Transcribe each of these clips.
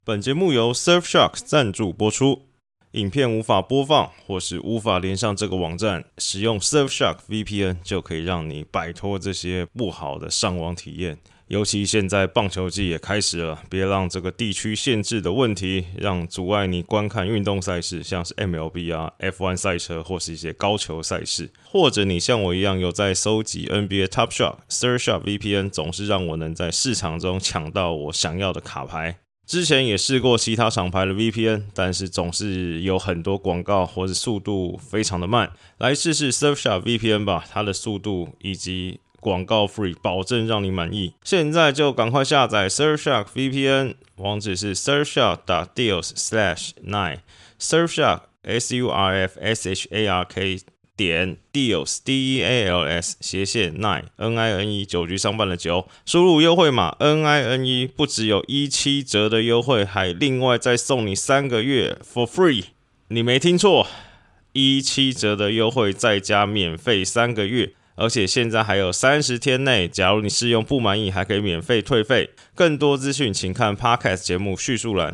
本节目由 Surfshark 赞助播出。影片无法播放或是无法连上这个网站，使用 Surfshark VPN 就可以让你摆脱这些不好的上网体验。尤其现在棒球季也开始了，别让这个地区限制的问题让阻碍你观看运动赛事，像是 MLB 啊、F1 赛车或是一些高球赛事。或者你像我一样有在收集 NBA Top Shot，Surfshark VPN 总是让我能在市场中抢到我想要的卡牌。之前也试过其他厂牌的 VPN， 但是总是有很多广告或是速度非常的慢。来试试 Surfshark VPN 吧，它的速度以及广告 free， 保证让你满意。现在就赶快下载 Surfshark VPN， 网址是 surfshark.deals/9 Surfshark surfshark 点 deals deals/9 NINE 9局上半的9，输入优惠码 NINE， 不只有17折的优惠，还另外再送你3个月 for free。你没听错，17折的优惠再加免费3个月。而且现在还有30天内，假如你试用不满意，还可以免费退费。更多资讯请看 Podcast 节目叙述栏。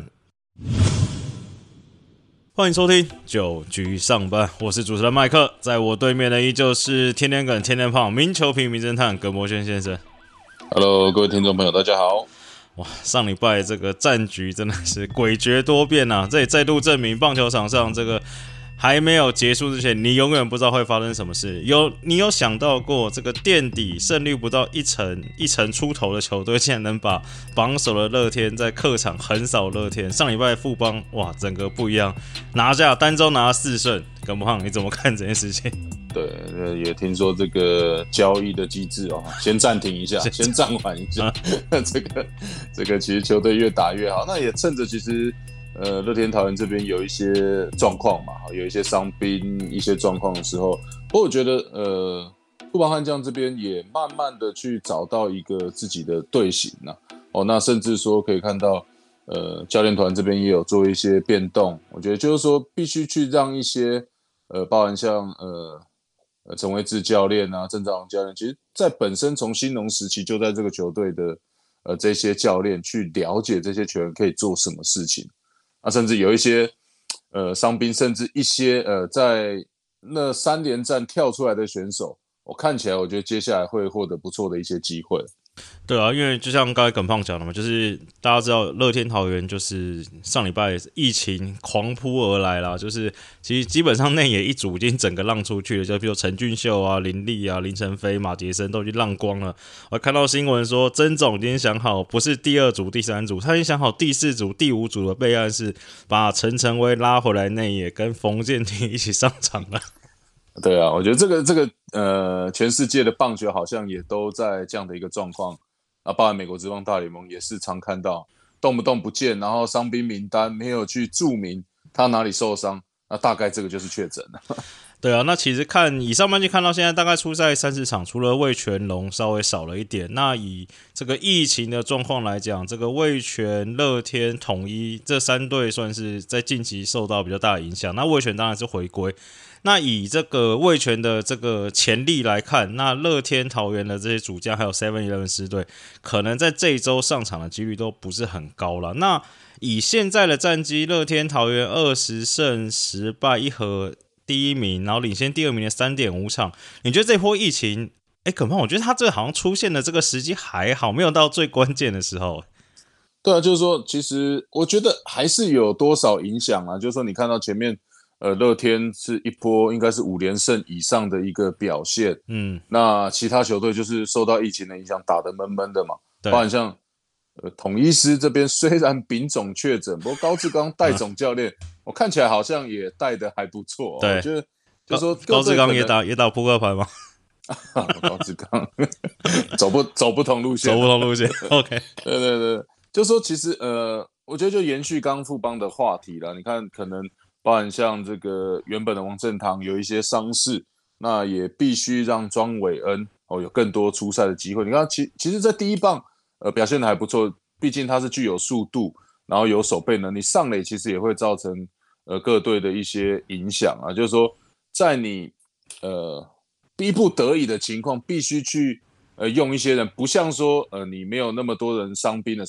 欢迎收听9局上半，我是主持人麦克，在我对面的依旧是天天梗、天天胖、名球评、名侦探葛摩轩先生。 Hello， 各位听众朋友，大家好。 哇，上礼拜这个战局真的是诡谲多变啊！这也再度证明棒球场上这个还没有结束之前，你永远不知道会发生什么事。你有想到过，这个垫底胜率不到一成出头的球队，竟然能把榜首的乐天在客场横扫乐天？上礼拜富邦哇，整个不一样，单周拿4胜。耿胖，你怎么看这件事情？ 对，也听说这个交易的机制哦，先暂停一下，先暂缓一下。这个其实球队越打越好，那也趁着其实乐天桃园这边有一些状况嘛，有一些伤兵一些状况的时候，不过我觉得富邦悍将这边也慢慢的去找到一个自己的队形哦，那甚至说可以看到教练团这边也有做一些变动，我觉得就是说必须去让一些包含像陈维志教练啊、郑兆宏教练，其实在本身从兴农时期就在这个球队的这些教练去了解这些球员可以做什么事情。甚至有一些伤兵，甚至一些在那3连战跳出来的选手，我看起来我觉得接下来会获得不错的一些机会。 对啊，因为就像刚才耿胖讲的嘛，就是大家知道乐天桃园就是上礼拜疫情狂扑而来啦，就是其实基本上内野一组已经整个浪出去了，就比如陈俊秀啊、林立啊、林承飞、马杰森都已经浪光了。我看到新闻说，曾总已经想好，不是第2组、第3组，他已经想好第4组、第5组的备案是把陈晨威拉回来内野，跟冯建廷一起上场了。 对啊，我觉得这个全世界的棒球好像也都在这样的一个状况啊，包含美国职棒大联盟也是常看到动不动不见，然后伤兵名单没有去注明他哪里受伤，那大概这个就是确诊了。 对啊，那其实以上半季看到现在，大概出赛30场，除了味全龙稍微少了一点。那以这个疫情的状况来讲，这个味全、乐天、统一这3队算是在近期受到比较大的影响。那味全当然是回归。那以这个味全的这个潜力来看，那乐天桃园的这些主将还有 7-11 狮队，可能在这一周上场的几率都不是很高了。那以现在的战绩，乐天桃园20胜10败1和第1名，然后领先第2名的 3.5 场。你觉得这波疫情，耿胖，我觉得他这好像出现的这个时机还好，没有到最关键的时候。 对啊，就是说，其实我觉得还是有多少影响啊。就是说，你看到前面乐天是一波应该是5连胜以上的一个表现，那其他球队就是受到疫情的影响，打得闷闷的嘛。包含像统一狮这边虽然丙种确诊，不过高志刚带总教练，我看起来好像也带得还不错。 对， 我觉得就是说高志刚也打扑克牌吗？ 高志刚走不同路线， 走不同路线。OK， 对，就说其实我觉得就延续刚富邦的话题啦。你看，可能包含像这个原本的王振堂有一些伤势，那也必须让庄伟恩有更多出赛的机会。你看，其实在第一棒表现的还不错，毕竟他是具有速度，然后有守备能力，上垒其实也会造成各队的一些影响啊。就是说，在你逼不得已的情况，必须去用一些人，不像说你没有那么多人伤兵的时候，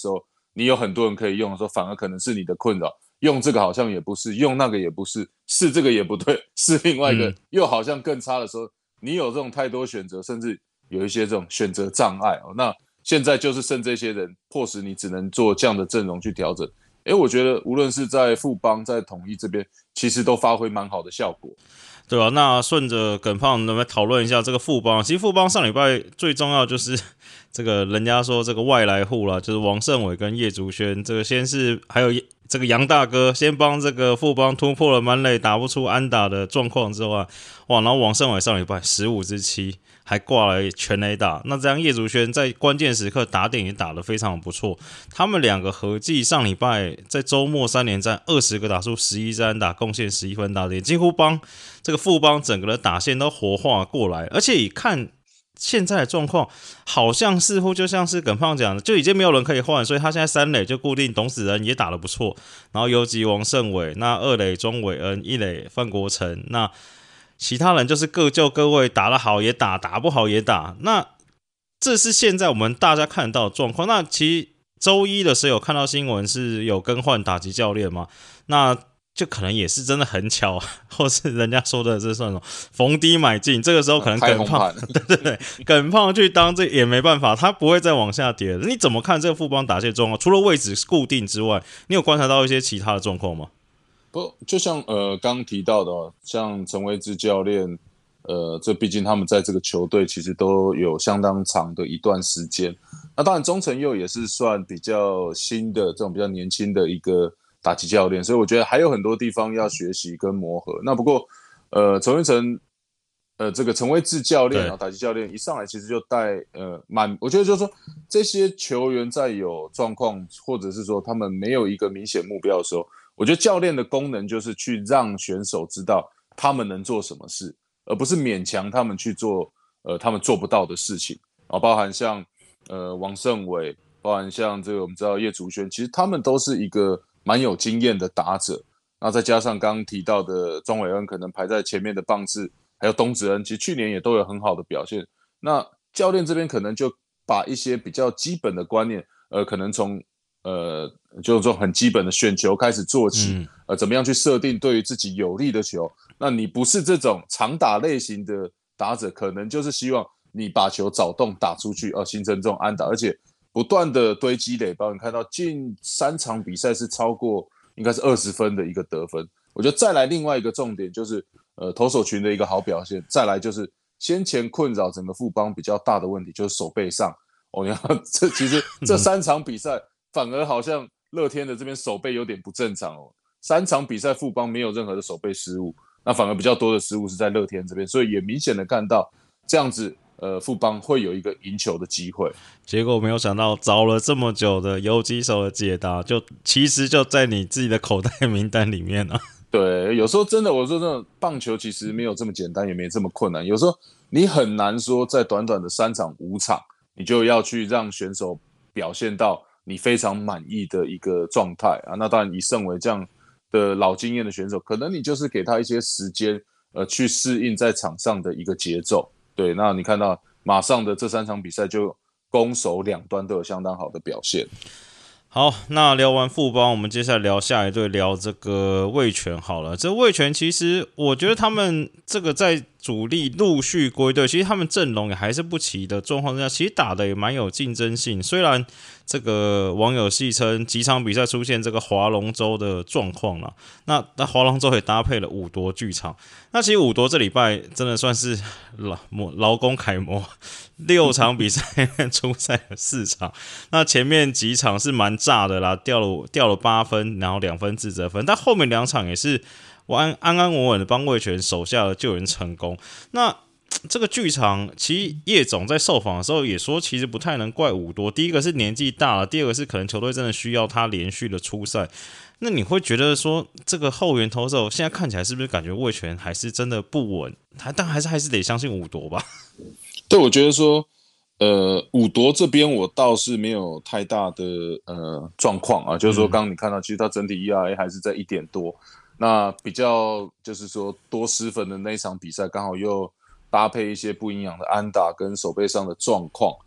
你有很多人可以用的时候，反而可能是你的困扰。用这个好像也不是，用那个也不是，是这个也不对，是另外一个又好像更差的时候，你有这种太多选择，甚至有一些这种选择障碍哦。那现在就是剩这些人，迫使你只能做这样的阵容去调整。我觉得无论是在富邦在统一这边，其实都发挥蛮好的效果。 对吧？那顺着耿胖，能不能讨论一下这个富邦？其实富邦上礼拜最重要就是这个人家说这个外来户啦，就是王胜伟跟叶竹轩，这个先是还有这个杨大哥先帮这个富邦突破了满垒打不出安打的状况之后啊，哇，然后王胜伟上礼拜15-7。还挂了全垒打，那这样叶竹轩在关键时刻打点也打得非常不错。他们两个合计上礼拜在周末3连战20个打数11支安打，贡献11分打点，几乎帮这个富邦整个的打线都活化过来。而且以看现在的状况，好像似乎就像是耿胖讲的，就已经没有人可以换，所以他现在3垒就固定董子仁也打得不错，然后游击王胜伟，那2垒钟伟恩，1垒范国成，那其他人就是各就各位，打得好也打，打不好也打。那这是现在我们大家看得到的状况。那其实周一的时候有看到新闻是有更换打击教练嘛？那就可能也是真的很巧，或是人家说的这算什么逢低买进。这个时候可能耿胖，对，耿胖去当这也没办法，他不会再往下跌了。你怎么看这个富邦打线状况？除了位置固定之外，你有观察到一些其他的状况吗？ 不，就像刚提到的像陈维志教练，这毕竟他们在这个球队其实都有相当长的一段时间。那当然，钟成佑也是算比较新的这种比较年轻的一个打击教练，所以我觉得还有很多地方要学习跟磨合。那不过，陈维成，这个陈维志教练打击教练一上来其实就带我觉得就是说这些球员在有状况，或者是说他们没有一个明显目标的时候。我觉得教练的功能就是去让选手知道他们能做什么事，而不是勉强他们去做他们做不到的事情。包含像王胜伟，包含像这个我们知道叶竹轩，其实他们都是一个蛮有经验的打者。那再加上刚刚提到的庄伟恩，可能排在前面的棒次，还有董子恩，其实去年也都有很好的表现。那教练这边可能就把一些比较基本的观念，可能从就是说很基本的选球开始做起，怎么样去设定对于自己有利的球？那你不是这种长打类型的打者，可能就是希望你把球找洞打出去，形成这种安打，而且不断的堆积垒包。你看到近3场比赛是超过应该是20分的一个得分。我觉得再来另外一个重点就是投手群的一个好表现，再来就是先前困扰整个富邦比较大的问题就是手背上。你看其实这3场比赛。反而好像乐天的这边守备有点不正常3场比赛富邦没有任何的守备失误，那反而比较多的失误是在乐天这边，所以也明显的看到这样子富邦会有一个赢球的机会。 结果没有想到找了这么久的游击手的解答，其实就在你自己的口袋名单里面啊。 对，有时候真的，我说真的，棒球其实没有这么简单，也没这么困难。有时候你很难说在短短的3场5场，你就要去让选手表现到你非常满意的一个状态啊。那当然以胜伟这样的老经验的选手，可能你就是给他一些时间去适应在场上的一个节奏。对，那你看到马上的这3场比赛就攻守两端都有相当好的表现。 好，那聊完富邦，我们接下来聊下一队，聊这个味全好了。这味全其实我觉得他们这个在主力陆续归队，其实他们阵容也还是不齐的状况之下，其实打的也蛮有竞争性。虽然这个网友戏称几场比赛出现这个划龙舟的状况啦，那划龙舟也搭配了五夺剧场。那其实五夺这礼拜真的算是劳工楷模，6场比赛出赛了4场，那前面几场是蛮炸的啦，掉了8分，然后2分自责分，但后面2场也是安稳稳的帮味全守下了救援成功。那这个剧场其实叶总在受访的时候也说，其实不太能怪五多。第一个是年纪大了，第二个是可能球队真的需要他连续的出赛。那你会觉得说，这个后援投手现在看起来是不是感觉味全还是真的不稳？但还是得相信五夺吧。 对，我觉得说，五夺这边我倒是没有太大的状况啊，就是说刚刚你看到，其实他整体 ERA 还是在1点多。那比较就是说多失分的那一场比赛，刚好又搭配一些不营养的安打跟手背上的状况。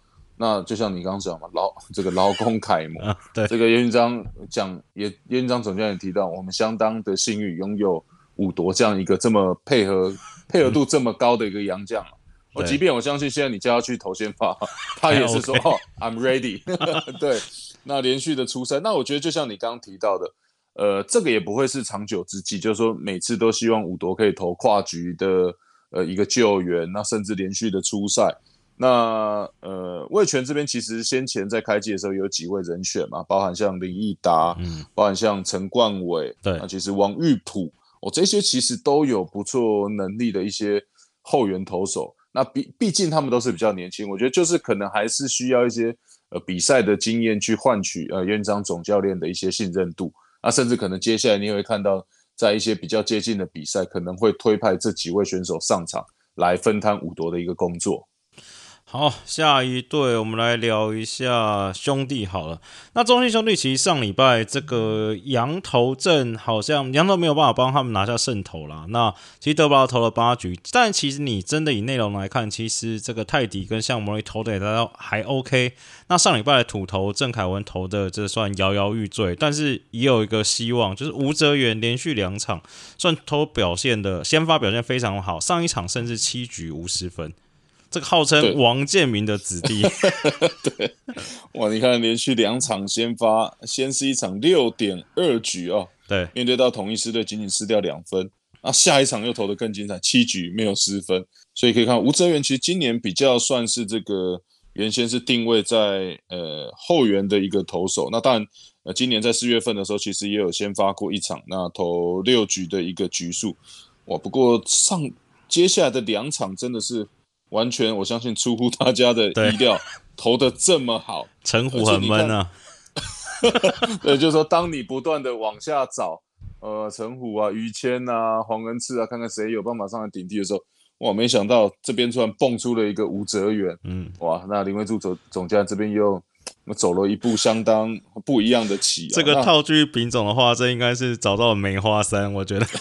那就像你刚刚讲嘛，这个劳工楷模， 对， 这个叶云章叶云章总教练提到，我们相当的幸运拥有武夺这样一个这么配合度这么高的一个洋将。即便我相信现在你叫他去投先发，他也是说I'm ready 对，那连续的出赛，那我觉得就像你刚刚提到的，这个也不会是长久之计，就是说每次都希望武夺可以投跨局的一个救援，那甚至连续的出赛。那味全这边其实先前在开季的时候有几位人选嘛，包含像林奕达，包含像陈冠伟， 对， 那其实王玉普，这些其实都有不错能力的一些后援投手。那毕竟他们都是比较年轻，我觉得就是可能还是需要一些比赛的经验去换取院长总教练的一些信任度。那甚至可能接下来你也会看到，在一些比较接近的比赛，可能会推派这几位选手上场来分摊武夺的一个工作。 好，下一队我们来聊一下兄弟好了。那中信兄弟其实上礼拜这个洋投阵好像洋投没有办法帮他们拿下胜投啦。那其实德保拉投了8局，但其实你真的以内容来看，其实这个泰迪跟向魔力投的也还 OK。那上礼拜的土投郑凯文投的这算摇摇欲坠，但是也有一个希望，就是吴哲源连续2场算投表现的先发表现非常好，上一场甚至7局50分。这个号称王建民的子弟， 对，哇！你看连续2场先发，先是一场6.2局对， 面对到统一狮队仅仅失掉2分，那下一场又投得更精彩，7局没有失分，所以可以看吴哲源其实今年比较算是这个原先是定位在后援的一个投手，那当然今年在4月份的时候其实也有先发过1场，那投6局的一个局数，哇！不过接下来的2场真的是。完全，我相信出乎大家的意料，投得这么好， 陈虎很闷啊。 对，就是说，当你不断的往下找，陈虎啊、于谦啊、黄恩赐啊，看看谁有办法上来顶替的时候，哇，没想到这边突然蹦出了一个吴哲源，哇，那林威柱总监这边又走了一步相当不一样的棋。 这个套句丙总的话，这应该是找到了梅花三，我觉得。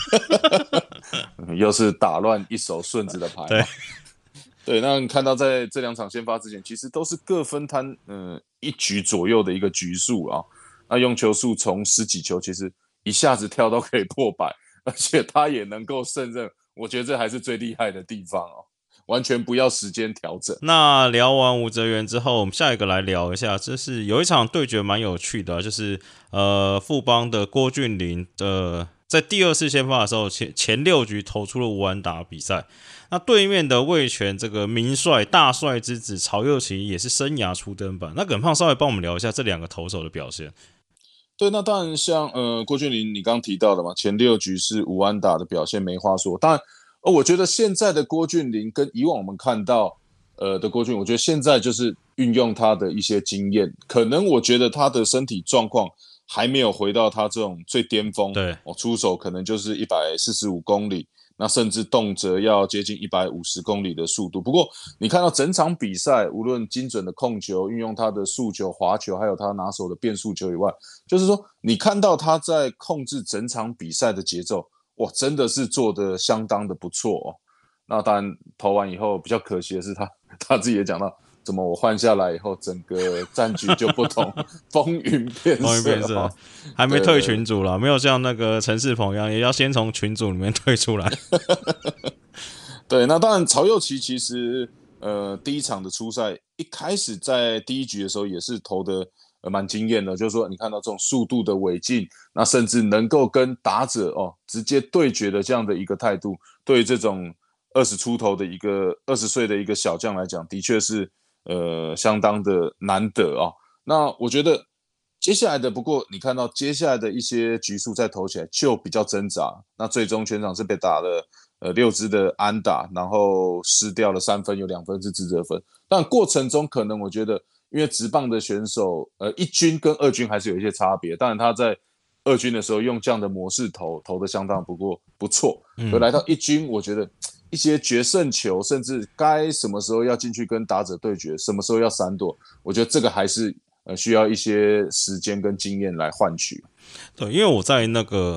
又是打乱一手顺子的牌。对，那你看到在这2场先发之前，其实都是各分摊1局左右的一个局数啊。那用球数从10几球，其实一下子跳到可以破100，而且他也能够胜任，我觉得这还是最厉害的地方哦。完全不要时间调整。 那聊完吴哲源之后，我们下一个来聊一下，就是有一场对决蛮有趣的，就是富邦的郭俊麟在第2次先发的时候，前6局投出了无安打比赛。那对面的味全这个名帅大帅之子曹佑齐也是生涯初登板。那耿胖稍微帮我们聊一下这2个投手的表现。 对，那当然像郭俊麟你刚刚提到的嘛，前6局是无安打的表现没话说。当然我觉得现在的郭俊麟跟以往我们看到的郭俊麟，我觉得现在就是运用他的一些经验，可能我觉得他的身体状况还没有回到他这种最巅峰， 对， 出手可能就是145公里，那甚至动辄要接近150公里的速度。不过你看到整场比赛，无论精准的控球，运用他的速球、滑球，还有他拿手的变速球以外，就是说你看到他在控制整场比赛的节奏，哇，真的是做得相当的不错哦。那当然投完以后比较可惜的是他自己也讲到，怎么我换下来以后整个战局就不同，风云变色， 还没退群组啦，没有像那个陈世鹏一样，也要先从群组里面退出来。 对，那当然曹佑齐其实第1场的出赛一开始在第1局的时候也是投的蛮惊艳的，就是说你看到这种速度的尾劲，那甚至能够跟打者直接对决的这样的一个态度，对于这种20出头的一个20岁的一个小将来讲，的确是相当的难得啊。那我觉得接下来的，不过你看到接下来的一些局数再投起来就比较挣扎，那最终全场是被打了6支的安打，然后失掉了3分，有2分是自责分。但过程中可能我觉得，因为职棒的选手1军跟2军还是有一些差别，当然他在2军的时候用这样的模式投的相当不错，而来到1军，我觉得一些决胜球，甚至该什么时候要进去跟打者对决，什么时候要闪躲，我觉得这个还是需要一些时间跟经验来换取。 对，因为我在那个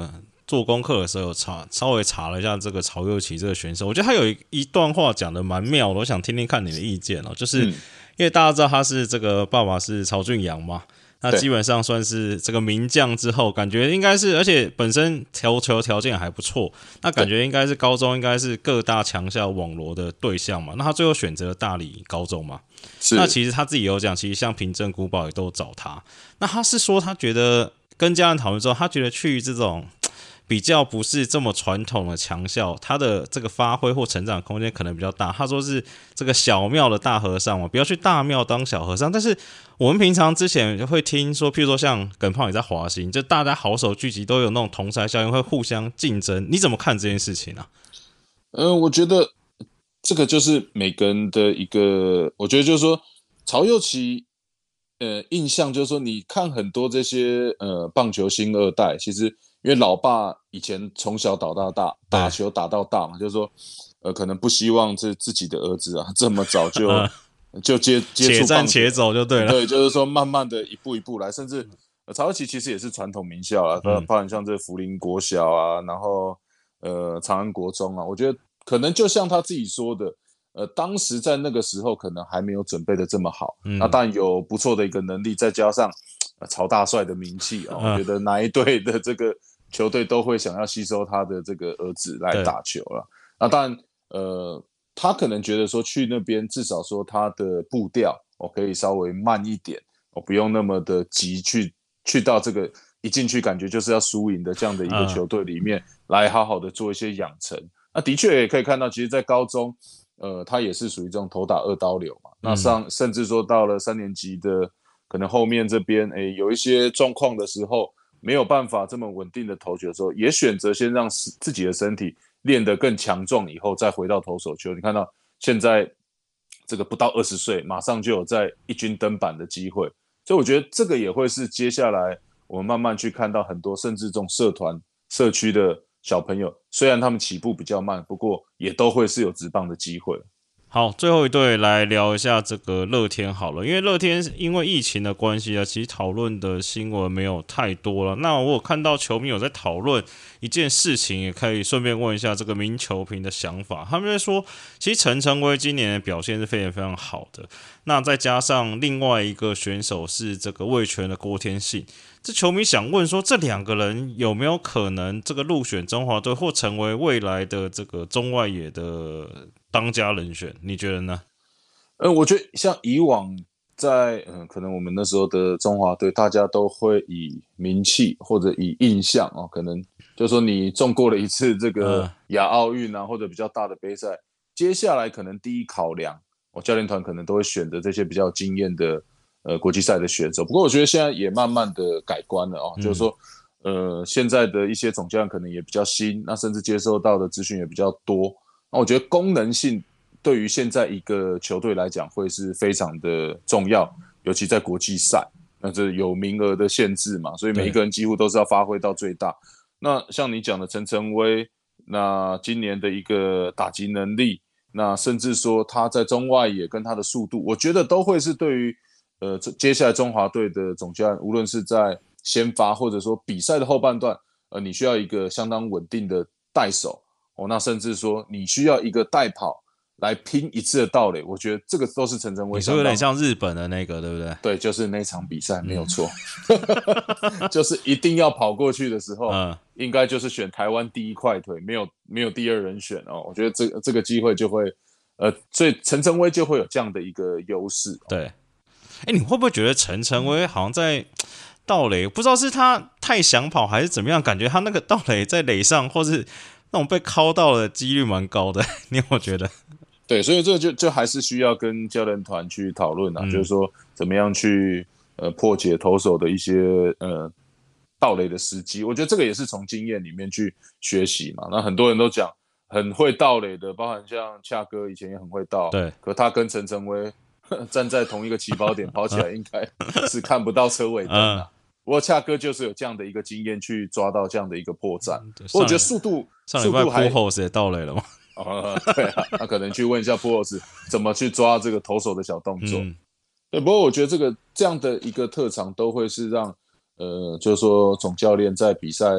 做功课的时候有稍微查了一下这个曹佑齐这个选手，我觉得他有一段话讲的蛮妙的，我想听听看你的意见哦。就是因为大家知道他是这个爸爸是曹俊阳嘛，那基本上算是这个名将之后，感觉应该是，而且本身球条件还不错，那感觉应该是高中应该是各大强校网罗的对象嘛。那他最后选择了大理高中嘛，那其实他自己有讲，其实像平镇古堡也都找他。那他是说他觉得跟家人讨论之后，他觉得去这种比较不是这么传统的强校，他的这个发挥或成长空间可能比较大。他说是这个小庙的大和尚嘛，不要去大庙当小和尚。但是我们平常之前会听说，譬如说像耿胖也在华兴，就大家好手聚集都有那种同侪效应，会互相竞争。你怎么看这件事情啊？ 我觉得这个就是每个人的一个，我觉得就是说曹佑齐，印象就是说，你看很多这些棒球星二代，其实因为老爸以前从小打到大，打球打到大嘛，就是说，可能不希望自己的儿子啊这么早就接触且战且走就对了。 对，就是说慢慢的一步一步来，甚至曹佑齐其实也是传统名校啊，包含像这福林国小啊，然后长安国中啊，我觉得可能就像他自己说的。当时在那个时候可能还没有准备的这么好，那当然有不错的一个能力，再加上曹大帅的名气啊，我觉得哪一队的这个球队都会想要吸收他的这个儿子来打球了。那当然，他可能觉得说去那边至少说他的步调可以稍微慢一点，不用那么的急去到这个一进去感觉就是要输赢的这样的一个球队里面来好好的做一些养成。那的确也可以看到，其实在高中。他也是属于这种头打二刀流嘛，那甚至说到了3年级的，可能后面这边有一些状况的时候，没有办法这么稳定的投球的时候，也选择先让自己的身体练得更强壮，以后再回到投手球。你看到现在这个不到20岁，马上就有在一军登板的机会，所以我觉得这个也会是接下来我们慢慢去看到很多，甚至这种社团、社区的。小朋友虽然他们起步比较慢，不过也都会是有职棒的机会。 好，最后一队来聊一下这个乐天好了，因为乐天因为疫情的关系啊，其实讨论的新闻没有太多了。那我有看到球迷有在讨论一件事情，也可以顺便问一下这个名球评的想法。他们在说，其实陈晨威今年的表现是非常非常好的，那再加上另外一个选手是这个味全的郭天信。这球迷想问说，这两个人有没有可能这个入选中华队，或成为未来的这个中外野的当家人选？你觉得呢？ 我觉得像以往在可能我们那时候的中华队，大家都会以名气或者以印象可能就是说你中过了一次这个亚奥运啊，或者比较大的杯赛，接下来可能第一考量，教练团可能都会选择这些比较经验的。国际赛的选手，不过我觉得现在也慢慢的改观了就是说，现在的一些总教练可能也比较新，那甚至接受到的资讯也比较多，那我觉得功能性对于现在一个球队来讲会是非常的重要，尤其在国际赛，那这有名额的限制嘛，所以每一个人几乎都是要发挥到最大。那像你讲的陈晨威，那今年的一个打击能力，那甚至说他在中外野跟他的速度，我觉得都会是对于。接下来中华队的总教练，无论是在先发或者说比赛的后半段，你需要一个相当稳定的带手那甚至说你需要一个带跑来拼一次的盗垒，我觉得这个都是陈晨威。 你说有点像日本的那个，对不对？ 对，就是那场比赛没有错，就是一定要跑过去的时候，应该就是选台湾第一快腿，没有第二人选我觉得这个机会就会，所以陈晨威就会有这样的一个优势。 对。你会不会觉得陈晨威好像在盗垒，不知道是他太想跑还是怎么样，感觉他那个盗垒在垒上或是那种被敲到的几率蛮高的，你有没有觉得？ 对，所以这个就还是需要跟教练团去讨论就是说怎么样去破解投手的一些盗垒的时机。我觉得这个也是从经验里面去学习嘛。那很多人都讲很会盗垒的，包含像恰哥以前也很会盗， 对， 可他跟陈晨威站在同一个起跑点跑起来应该是看不到车尾灯不过恰哥就是有这样的一个经验去抓到这样的一个破绽。我觉得速度上礼拜 Pujols 也盗垒了吗？ 对啊，那可能去问一下 Pujols 怎么去抓这个投手的小动作。对，不过我觉得这样的一个特长都会是让就是说总教练在比赛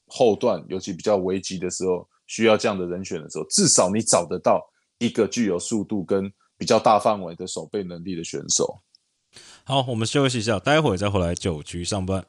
后段尤其比较危急的时候，需要这样的人选的时候，至少你找得到一个具有速度跟比较大范围的守备能力的选手。 好，我们休息一下，待会再回来9局上半。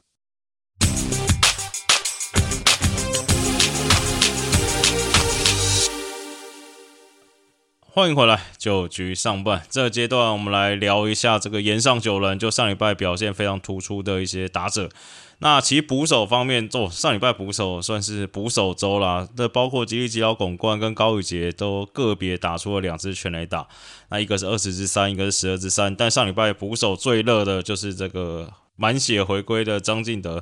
欢迎回来，9局上半这个阶段，我们来聊一下这个岩上9人，就上礼拜表现非常突出的一些打者。那其实捕手方面，上礼拜捕手算是捕手周啦，这包括吉力吉老拱冠跟高宇杰都个别打出了2支全垒打，那一个是20-3，一个是12-3，但上礼拜捕手最热的就是这个满血回归的张进德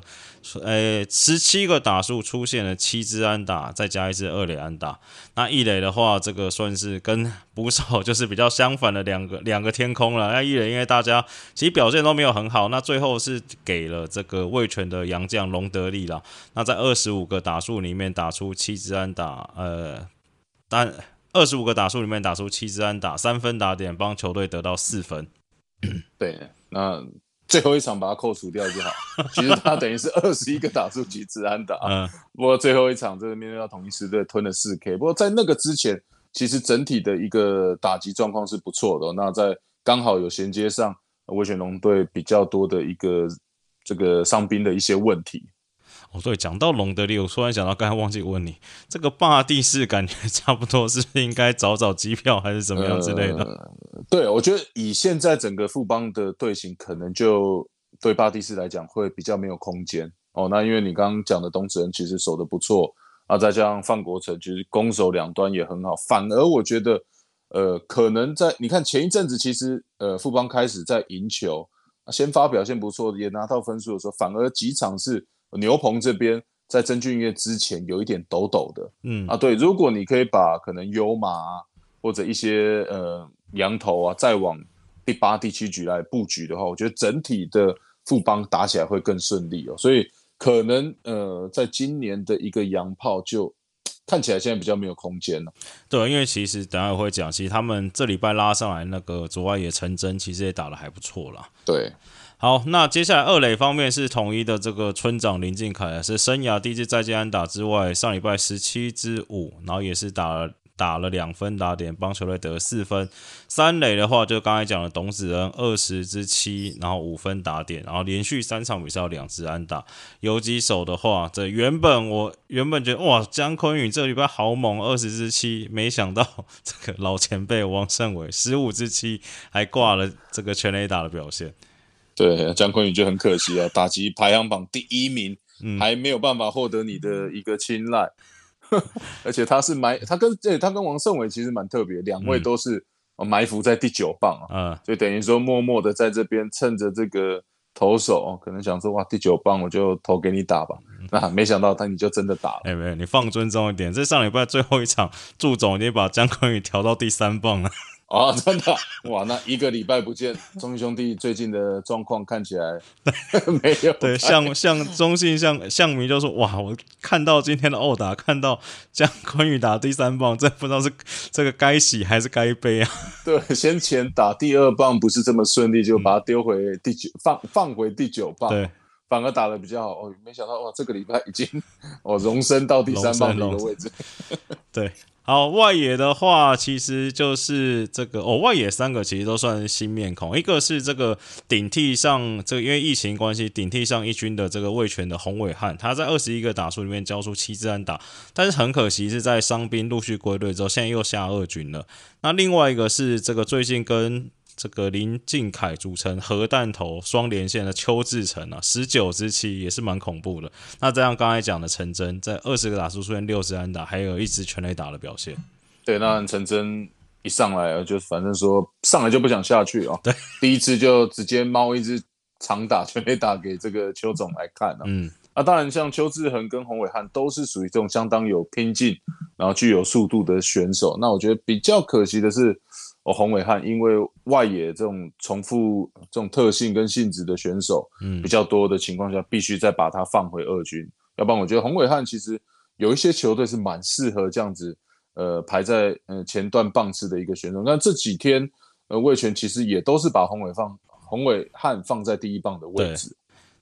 ，17个打数出现了7支安打，再加1支2垒安打。那一垒的话，这个算是跟捕手就是比较相反的两个天空了。那一垒因为大家其实表现都没有很好，那最后是给了这个味全的洋将龙德利啦。那在25个打数里面打出7支安打，但25个打数里面打出7支安打，3分打点，帮球队得到4分。 对，那最后一场把它扣除掉就好。其实他等于是21个打数7支安打，不过最后一场这个面对到统一狮队吞了4K。不过在那个之前，其实整体的一个打击状况是不错的。那在刚好有衔接上味全龙队比较多的一个这个伤兵的一些问题。 对，讲到龙德利，我突然想到，刚才忘记问你，这个霸地士感觉差不多，是不是应该找机票还是怎么样之类的？ 对，我觉得以现在整个富邦的队形，可能就对霸地士来讲会比较没有空间哦。那因为你刚刚讲的东子恩其实守得不错，再加上范国成，其实攻守两端也很好。反而我觉得，可能在你看前一阵子，其实富邦开始在赢球，先发表现不错，也拿到分数的时候，反而几场是牛棚这边在曾俊岳之前有一点抖抖的。对，如果你可以把可能优马或者一些羊头再往第8、第7局来布局的话，我觉得整体的富邦打起来会更顺利哦。所以可能在今年的一个洋炮就看起来现在比较没有空间了。 对，因为其实等一下我会讲，其实他们这礼拜拉上来那个左外野陈真，其实也打得还不错啦。 对。 好，那接下来二垒方面是统一的这个村长林敬凯，是生涯第一支再见安打之外，上礼拜17-5，然后也是打了2分打点，帮球队得4分。三垒的话，就刚才讲的董子恩20-7，然后5分打点，然后连续3场比赛有2支安打。游击手的话，这我原本觉得哇，江坤宇这礼拜好猛，20-7，没想到这个老前辈王胜伟15-7，还挂了这个全垒打的表现。 对，江坤宇就很可惜啊，打击排行榜第1名，还没有办法获得你的一个青睐。而且他跟王胜伟其实蛮特别，2位都是埋伏在第9棒所以等于说默默的在这边趁着这个投手可能想说哇第9棒我就投给你打吧，那没想到你就真的打了。 没有，你放尊重一点，这上礼拜最后一场，祝总已经把江坤宇调到第3棒了。 真的哇！那1个礼拜不见，中信兄弟最近的状况看起来没有。 对，像中信像迷就说哇，我看到今天的殴打，看到江坤宇打第3棒，这不知道是这个该喜还是该悲啊？ 对，先前打第2棒不是这么顺利，就把它丢回第9，放回第9棒，对，反而打得比较好没想到哇，这个礼拜已经荣升到第3棒的一个位置。 对。好，外野的话，其实就是这个外野3个其实都算是新面孔，一个是这个顶替上这个因为疫情关系顶替上一军的这个味全的洪伟汉，他在21个打数里面交出7支安打，但是很可惜是在伤兵陆续归队之后，现在又下2军了。那另外一个是这个最近跟这个林敬凯组成核弹头双连线的邱志成19-7也是蛮恐怖的。那这样刚才讲的陈真在20个打数出现6支安打，还有1支全垒打的表现。 对，那陈真一上来就反正说上来就不想下去对， 第一支就直接猫一支长打全垒打给这个邱总来看当然像邱志恒跟洪伟汉都是属于这种相当有拼劲，然后具有速度的选手。那我觉得比较可惜的是洪伟汉因为外野这种重复这种特性跟性质的选手比较多的情况下，必须再把他放回2军，要不然我觉得洪伟汉其实有一些球队是蛮适合这样子排在前段棒次的一个选手。那这几天味全其实也都是把洪伟汉放在第1棒的位置。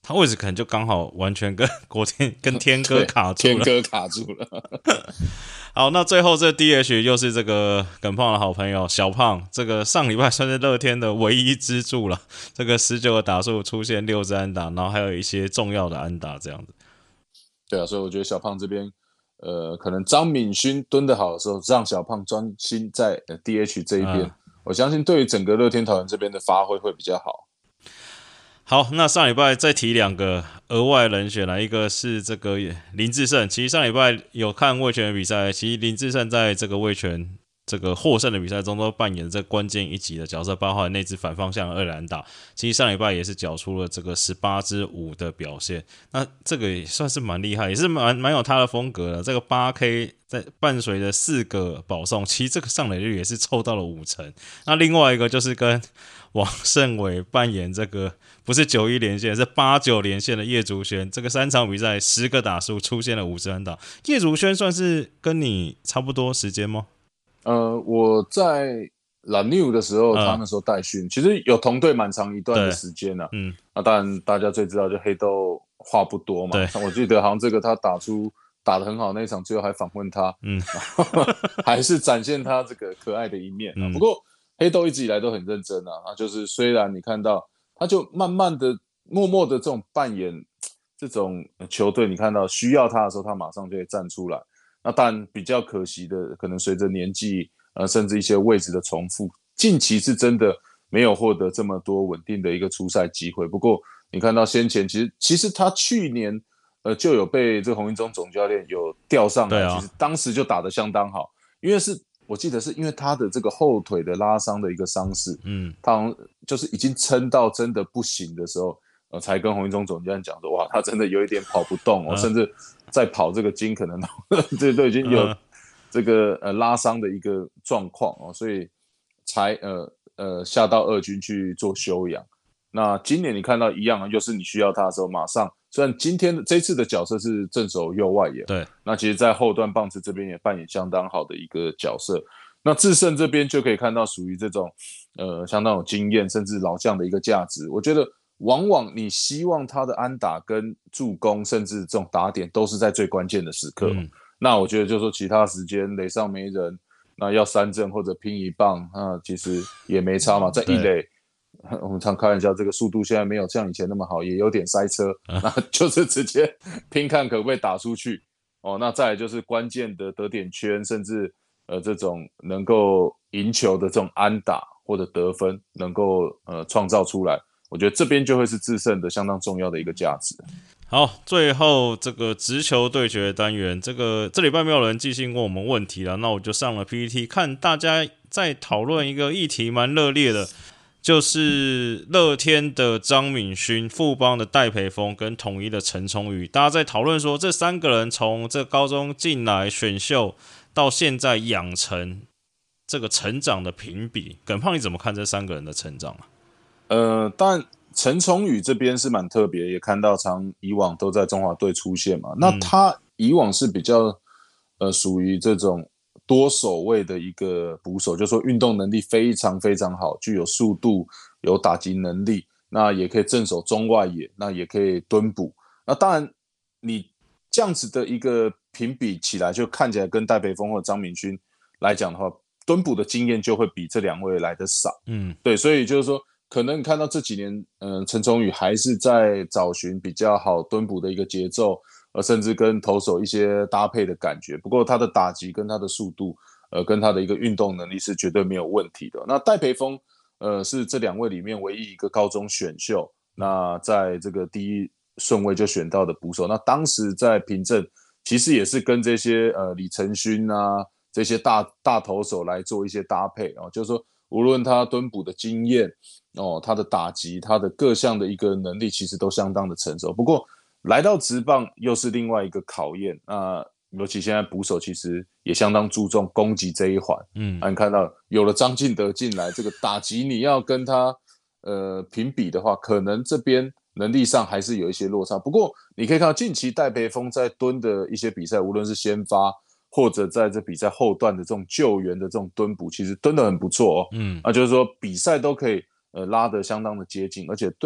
他位置可能就刚好完全跟跟天哥卡住了， 天哥卡住了。 好，那最后这 DH 又是这个耿胖的好朋友小胖，这个上礼拜算是乐天的唯一支柱了。这个19个打数出现6支安打，然后还有一些重要的安打这样子。 对啊，所以我觉得小胖这边，可能张敏勋蹲得好的时候，让小胖专心在DH 这一边，我相信对于整个乐天桃园这边的发挥会比较好。 好，那上礼拜再提2个额外人选了，一个是这个林智胜。其实上礼拜有看味全的比赛，其实林智胜在这个味全这个获胜的比赛中都扮演这关键一击的角色，包括那支反方向的2垒打。其实上礼拜也是缴出了这个18支5的表现，那这个也算是蛮厉害，也是蛮有他的风格的。这个 8K 在伴随着4个保送，其实这个上垒率也是凑到了50%。那另外一个就是跟王胜伟扮演这个不是91连线，是89连线的叶竹轩，这个3场比赛10个打数出现了5支安打。叶竹轩算是跟你差不多时间吗？ 我在La New 的时候，他那时候代训，其实有同队蛮长一段的时间啊。那当然大家最知道就黑豆话不多嘛。我记得好像这个他打得很好那一场，最后还访问他，还是展现他这个可爱的一面啊。不过黑豆一直以来都很认真啊，就是虽然你看到他就慢慢的、默默的这种扮演这种球队，你看到需要他的时候，他马上就会站出来。那当然比较可惜的，可能随着年纪，甚至一些位置的重复，近期是真的没有获得这么多稳定的一个出赛机会。不过你看到先前，其实他去年就有被这个洪一中总教练有调上来，其实当时就打得相当好，因为我记得是因为他的这个后腿的拉伤的一个伤势，他好像就是已经撑到真的不行的时候，才跟洪一中总教练讲说，哇，他真的有一点跑不动哦，甚至在跑这个筋可能这都已经有这个拉伤的一个状况哦，所以才下到2军去做休养。那今年你看到一样，又是你需要他的时候，马上虽然这次的角色是正手右外野， 对， 那其实在后段棒次这边也扮演相当好的一个角色。那智胜这边就可以看到属于这种相当有经验甚至老将的一个价值。我觉得往往你希望他的安打跟助攻甚至这种打点都是在最关键的时刻。那我觉得就是说其他时间垒上没人，那要3振或者拼一棒，其实也没差嘛，在一垒。我们常开玩笑，这个速度现在没有像以前那么好，也有点塞车，那就是直接拼看可不可以打出去哦。那再来就是关键的得点圈，甚至这种能够赢球的这种安打或者得分，能够创造出来，我觉得这边就会是致胜的相当重要的一个价值。 好，最后这个直球对决单元，这礼拜没有人寄信问我们问题了，那我就上了 PTT 看大家在讨论一个议题蛮热烈的。就是乐天的张敏勋、富邦的戴培峰跟统一的陈崇宇，大家在讨论说这3个人从这高中进来选秀到现在养成这个成长的评比，耿胖你怎么看这3个人的成长啊？ 当然陈崇宇这边是蛮特别，也看到以往都在中华队出现嘛，那他以往是比较属于这种多守卫的一个捕手，就是说运动能力非常非常好，具有速度，有打击能力，那也可以镇守中外野，那也可以蹲捕。那当然，你这样子的一个评比起来，就看起来跟戴培峰或张敏勋来讲的话，蹲捕的经验就会比这2位来得少。对，所以就是说，可能你看到这几年，陈崇宇还是在找寻比较好蹲捕的一个节奏。甚至跟投手一些搭配的感觉，不过他的打击跟他的速度，跟他的一个运动能力是绝对没有问题的。那戴培峰，是这2位里面唯一一个高中选秀，那在这个第1顺位就选到的捕手。那当时在平镇，其实也是跟这些李承勋啊这些大投手来做一些搭配哦，就是说无论他蹲捕的经验哦，他的打击，他的各项的一个能力，其实都相当的成熟。不过来到职棒又是另外一个考验，尤其现在捕手其实也相当注重攻击这一环。你看到有了张进德进来，这个打击你要跟他评比的话，可能这边能力上还是有一些落差。不过你可以看到近期戴培峰在蹲的一些比赛，无论是先发或者在这比赛后段的这种救援的这种蹲捕，其实蹲得很不错哦。就是说比赛都可以拉得相当的接近，而且对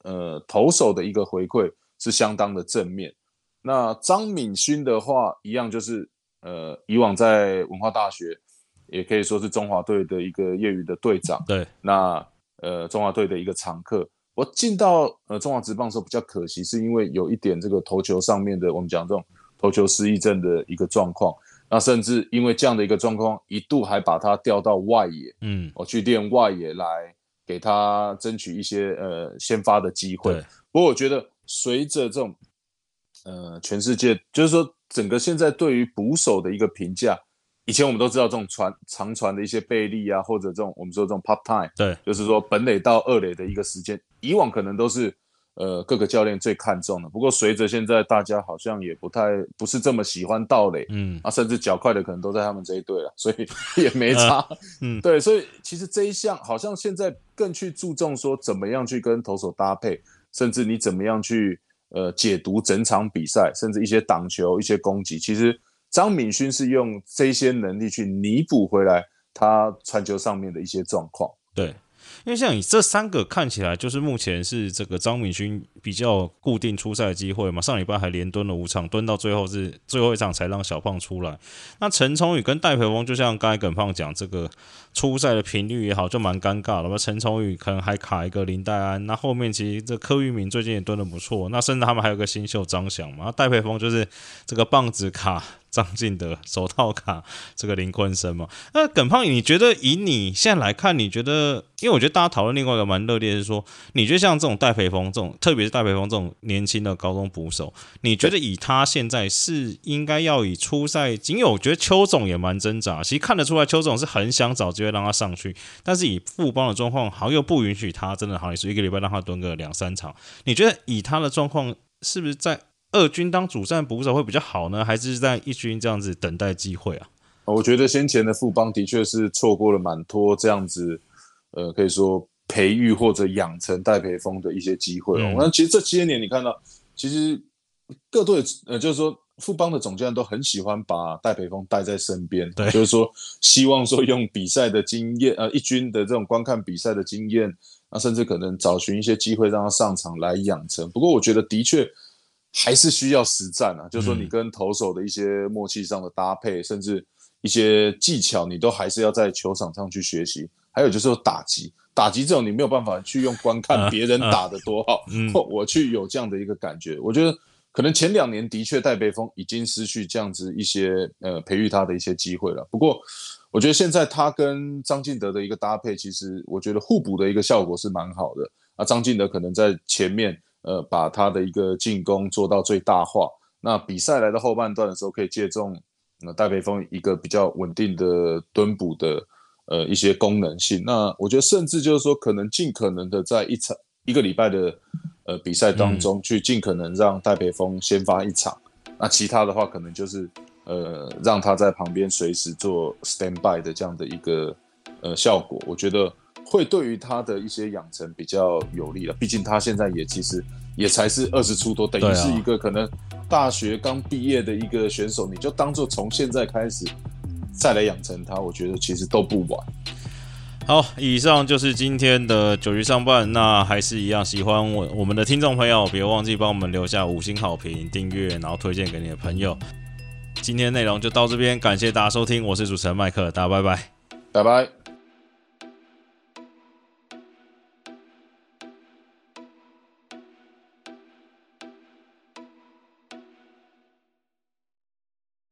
投手的一个回馈是相当的正面。那张敏勋的话，一样就是以往在文化大学，也可以说是中华队的一个业余的队长。 对， 那中华队的一个常客。我进到中华职棒的时候比较可惜，是因为有一点这个投球上面的我们讲这种投球失忆症的一个状况。那甚至因为这样的一个状况，一度还把他调到外野，我去练外野来给他争取一些先发的机会。不过我觉得随着这种全世界就是说整个现在对于捕手的一个评价，以前我们都知道这种长传的一些倍率啊，或者这种我们说这种 pop time， 对， 就是说本垒到二垒的一个时间，以往可能都是各个教练最看重的。不过随着现在大家好像也不是这么喜欢盗垒，甚至脚快的可能都在他们这一队了，所以也没差。对，所以其实这一项好像现在更去注重说怎么样去跟投手搭配，甚至你怎么样去解读整场比赛，甚至一些挡球、一些攻击，其实张敏勋是用这些能力去弥补回来他传球上面的一些状况。 对，因为像你这3个看起来就是目前是这个张敏勋比较固定出赛的机会嘛，上礼拜还连蹲了5场，蹲到最后是最后一场才让小胖出来。那陈崇宇跟戴培峰就像刚才耿胖讲，这个出赛的频率也好就蛮尴尬了。陈崇宇可能还卡一个林岱安，那后面其实这柯玉明最近也蹲得不错，那甚至他们还有个新秀张翔嘛，那戴培峰就是这个棒子卡张进德，手套卡这个林坤生嘛。那耿胖，你觉得以你现在来看，你觉得，因为我觉得大家讨论另外一个蛮热烈的是说，你觉得像这种戴培峰这种，特别是戴培峰这种年轻的高中捕手，你觉得以他现在是应该要以出赛，因为我觉得邱总也蛮挣扎，其实看得出来邱总是很想找机会让他上去，但是以富邦的状况，好像又不允许他真的好，你说一个礼拜让他蹲个2-3场，你觉得以他的状况，是不是在二军当主战捕手会比较好呢，还是在一军这样子等待机会啊？ 我觉得先前的富邦的确是错过了蛮多这样子，可以说培育或者养成戴培峰的一些机会。那其实这些年你看到，其实各队就是说富邦的总教练都很喜欢把戴培峰带在身边，就是说希望说用比赛的经验，一军的这种观看比赛的经验，甚至可能找寻一些机会让他上场来养成。不过我觉得的确还是需要实战啊，就是说你跟投手的一些默契上的搭配，甚至一些技巧，你都还是要在球场上去学习。还有就是说打击这种你没有办法去用观看别人打得多好，我去有这样的一个感觉。我觉得可能前2年的确戴培峰已经失去这样子一些培育他的一些机会了。不过我觉得现在他跟张进德的一个搭配，其实我觉得互补的一个效果是蛮好的。张进德可能在前面把他的一个进攻做到最大化，那比赛来到后半段的时候，可以借重戴培峰一个比较稳定的蹲捕的一些功能性。那我觉得甚至就是说，可能尽可能的在一个礼拜的比赛当中，去尽可能让戴培峰先发1场，那其他的话可能就是让他在旁边随时做 stand by 的这样的一个效果，我觉得会对于他的一些养成比较有利了。毕竟他现在其实也才是20出头，等于是一个可能大学刚毕业的一个选手，你就当做从现在开始再来养成他，我觉得其实都不晚。 好，以上就是今天的9局上半。那还是一样，喜欢我们的听众朋友，别忘记帮我们留下5星好评、订阅，然后推荐给你的朋友。今天的内容就到这边，感谢大家收听，我是主持人麦克，大家拜拜， 拜拜。